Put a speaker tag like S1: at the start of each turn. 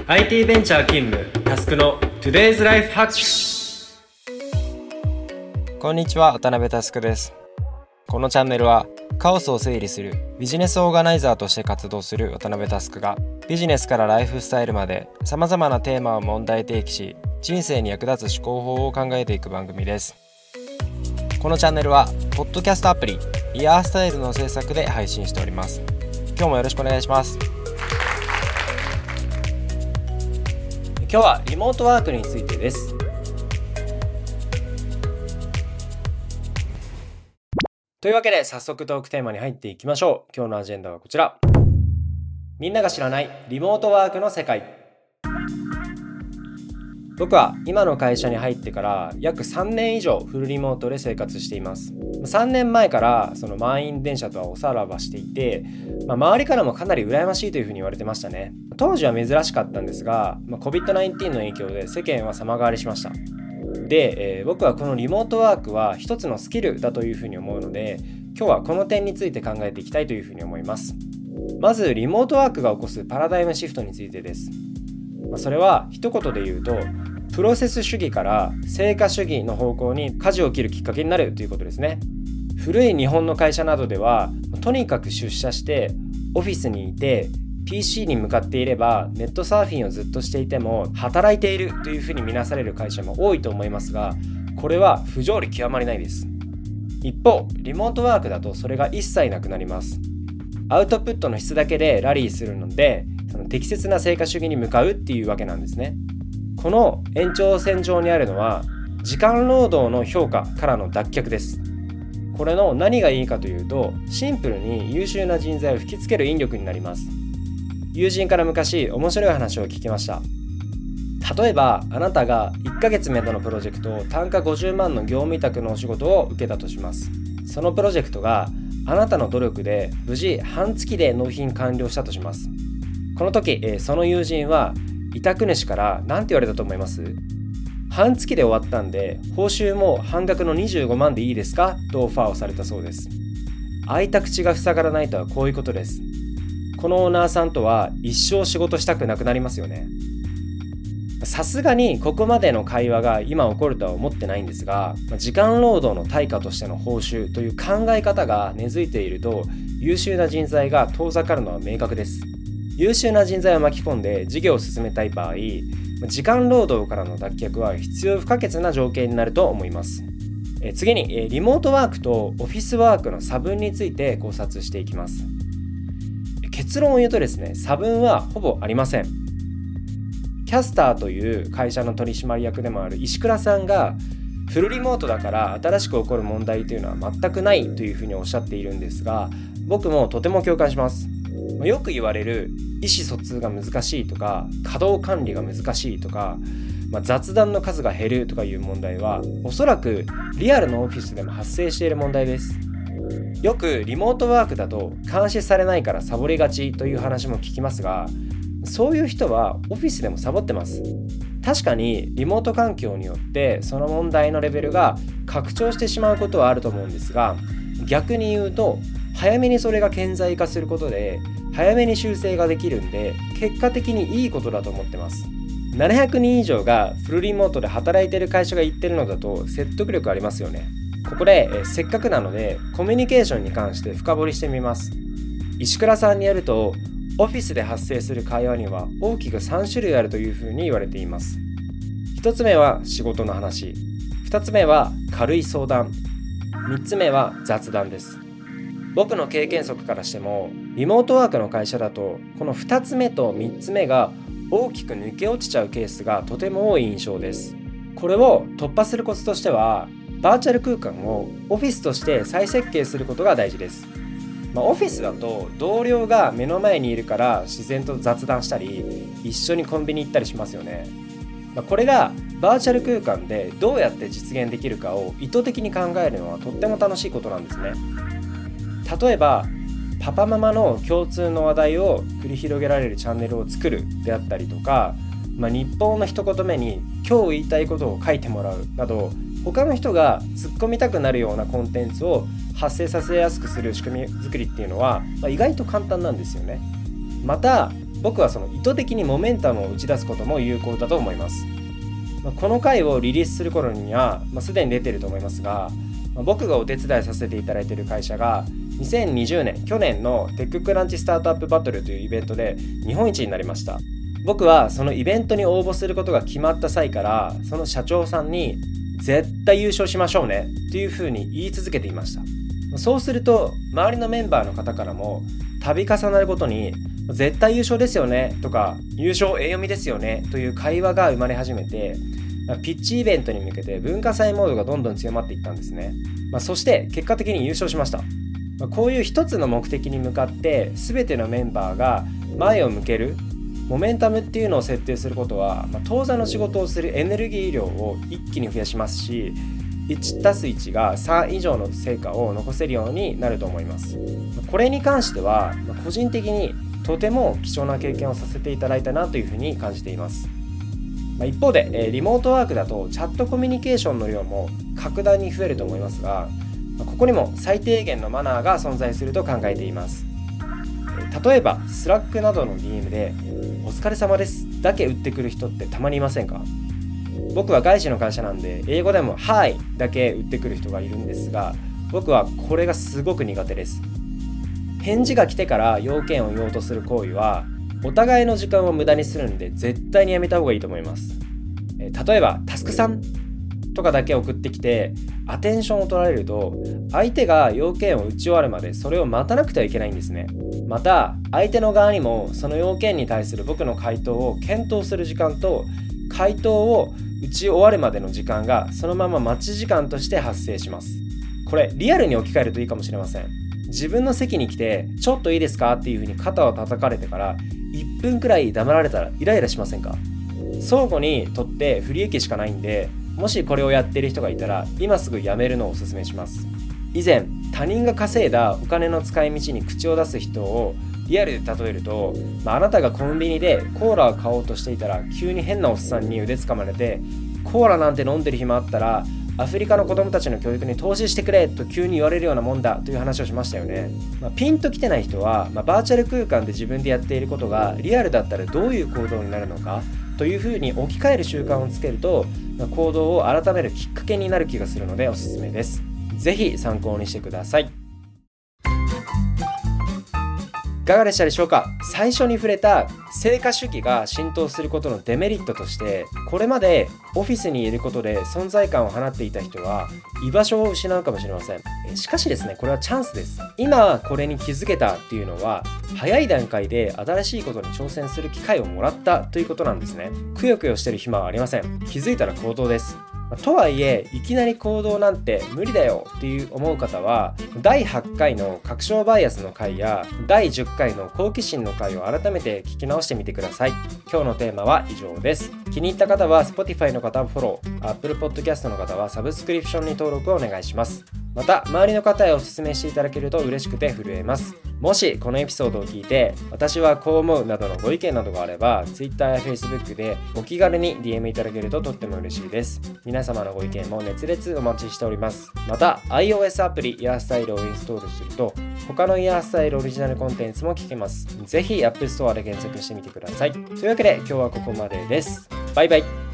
S1: IT ベンチャー勤務タスクの Today's Life Hack。
S2: こんにちは、渡辺タスクです。このチャンネルはカオスを整理するビジネスオーガナイザーとして活動する渡辺タスクがビジネスからライフスタイルまで様々なテーマを問題提起し、人生に役立つ思考法を考えていく番組です。このチャンネルはポッドキャストアプリイヤースタイルの制作で配信しております。今日もよろしくお願いします。
S1: 今日はリモートワークについてです。というわけで早速トークテーマに入っていきましょう。今日のアジェンダはこちら。みんなが知らないリモートワークの世界。僕は今の会社に入ってから約3年以上フルリモートで生活しています。3年前からその満員電車とはおさらばしていて、周りからもかなり羨ましいというふうに言われてましたね。当時は珍しかったんですが、COVID-19 の影響で世間は様変わりしました。で、僕はこのリモートワークは一つのスキルだというふうに思うので、今日はこの点について考えていきたいというふうに思います。まずリモートワークが起こすパラダイムシフトについてです。それは一言で言うと、プロセス主義から成果主義の方向に舵を切るきっかけになるということですね。古い日本の会社などではとにかく出社してオフィスにいて PC に向かっていればネットサーフィンをずっとしていても働いているというふうに見なされる会社も多いと思いますが、これは不条理極まりないです。一方リモートワークだとそれが一切なくなります。アウトプットの質だけでラリーするので、その適切な成果主義に向かうっていうわけなんですね。この延長線上にあるのは時間労働の評価からの脱却です。これの何がいいかというと、シンプルに優秀な人材を引きつける引力になります。友人から昔面白い話を聞きました。例えばあなたが1ヶ月目のプロジェクト単価50万の業務委託のお仕事を受けたとします。そのプロジェクトがあなたの努力で無事半月で納品完了したとします。この時、その友人は委託主から何て言われたと思います？半月で終わったんで報酬も半額の25万でいいですかとオファーをされたそうです。開いた口が塞がらないとはこういうことです。このオーナーさんとは一生仕事したくなくなりますよね。さすがにここまでの会話が今起こるとは思ってないんですが、時間労働の対価としての報酬という考え方が根付いていると優秀な人材が遠ざかるのは明確です。優秀な人材を巻き込んで事業を進めたい場合、時間労働からの脱却は必要不可欠な条件になると思います。次にリモートワークとオフィスワークの差分について考察していきます。結論を言うとですね、差分はほぼありません。キャスターという会社の取締役でもある石倉さんがフルリモートだから新しく起こる問題というのは全くないというふうにおっしゃっているんですが、僕もとても共感します。よく言われる意思疎通が難しいとか稼働管理が難しいとか、雑談の数が減るとかいう問題はおそらくリアルのオフィスでも発生している問題です。よくリモートワークだと監視されないからサボりがちという話も聞きますが、そういう人はオフィスでもサボってます。確かにリモート環境によってその問題のレベルが拡張してしまうことはあると思うんですが、逆に言うと早めにそれが顕在化することで早めに修正ができるんで、結果的にいいことだと思ってます。700人以上がフルリモートで働いている会社が言ってるのだと説得力ありますよね。ここでせっかくなのでコミュニケーションに関して深掘りしてみます。石倉さんによるとオフィスで発生する会話には大きく3種類あるというふうに言われています。1つ目は仕事の話、2つ目は軽い相談、3つ目は雑談です。僕の経験則からしてもリモートワークの会社だとこの2つ目と3つ目が大きく抜け落ちちゃうケースがとても多い印象です。これを突破するコツとしてはバーチャル空間をオフィスとして再設計することが大事です。オフィスだと同僚が目の前にいるから自然と雑談したり一緒にコンビニ行ったりしますよね。これがバーチャル空間でどうやって実現できるかを意図的に考えるのはとっても楽しいことなんですね。例えばパパママの共通の話題を繰り広げられるチャンネルを作るであったりとか、日本の一言目に今日言いたいことを書いてもらうなど、他の人が突っ込みたくなるようなコンテンツを発生させやすくする仕組み作りっていうのは、意外と簡単なんですよね。また僕はその意図的にモメンタムを打ち出すことも有効だと思います。この回をリリースする頃には、すでに出ていると思いますが、僕がお手伝いさせていただいている会社が2020年去年のテッククランチスタートアップバトルというイベントで日本一になりました。僕はそのイベントに応募することが決まった際からその社長さんに絶対優勝しましょうねというふうに言い続けていました。そうすると周りのメンバーの方からも度重なるごとに絶対優勝ですよねとか優勝A読みですよねという会話が生まれ始めて、ピッチイベントに向けて文化祭モードがどんどん強まっていったんですね。そして結果的に優勝しました。こういう一つの目的に向かって全てのメンバーが前を向けるモメンタムっていうのを設定することは、当座の仕事をするエネルギー量を一気に増やしますし、1+1 が3以上の成果を残せるようになると思います。これに関しては個人的にとても貴重な経験をさせていただいたなというふうに感じています。一方でリモートワークだとチャットコミュニケーションの量も格段に増えると思いますが、ここにも最低限のマナーが存在すると考えています。例えばスラックなどの DM でお疲れ様ですだけ打ってくる人ってたまにいませんか？僕は外資の会社なんで英語でも Hi だけ打ってくる人がいるんですが、僕はこれがすごく苦手です。返事が来てから要件を言おうとする行為はお互いの時間を無駄にするんで絶対にやめた方がいいと思います。例えばタスクさんとかだけ送ってきてアテンションを取られると相手が要件を打ち終わるまでそれを待たなくてはいけないんですね。また相手の側にもその要件に対する僕の回答を検討する時間と回答を打ち終わるまでの時間がそのまま待ち時間として発生します。これリアルに置き換えるといいかもしれません。自分の席に来てちょっといいですかっていう風に肩を叩かれてから1分くらい黙られたらイライラしませんか？相互にとって不利益しかないんで、もしこれをやっている人がいたら今すぐやめるのをお勧めします。以前他人が稼いだお金の使い道に口を出す人をリアルで例えると、あなたがコンビニでコーラを買おうとしていたら急に変なおっさんに腕つかまれてコーラなんて飲んでる暇あったらアフリカの子供たちの教育に投資してくれと急に言われるようなもんだという話をしましたよね。ピンときてない人は、バーチャル空間で自分でやっていることがリアルだったらどういう行動になるのかというふうに置き換える習慣をつけると、行動を改めるきっかけになる気がするのでおすすめです。ぜひ参考にしてください。いかがでしたでしょうか。最初に触れた成果主義が浸透することのデメリットとして、これまでオフィスにいることで存在感を放っていた人は居場所を失うかもしれません。しかしですね、これはチャンスです。今これに気づけたっていうのは早い段階で新しいことに挑戦する機会をもらったということなんですね。くよくよしてる暇はありません。気づいたら行動です。とはいえいきなり行動なんて無理だよっていう思う方は第8回の確証バイアスの回や第10回の好奇心の回を改めて聞き直してみてください。今日のテーマは以上です。気に入った方は Spotify の方はフォロー、Apple Podcast の方はサブスクリプションに登録をお願いします。また周りの方へお勧めしていただけると嬉しくて震えます。もしこのエピソードを聞いて私はこう思うなどのご意見などがあれば Twitter や Facebook でお気軽に DM いただけるととっても嬉しいです。皆様のご意見も熱烈お待ちしております。また iOS アプリイヤースタイルをインストールすると他のイヤースタイルオリジナルコンテンツも聞けます。ぜひ App Store で検索してみてください。というわけで今日はここまでです。バイバイ。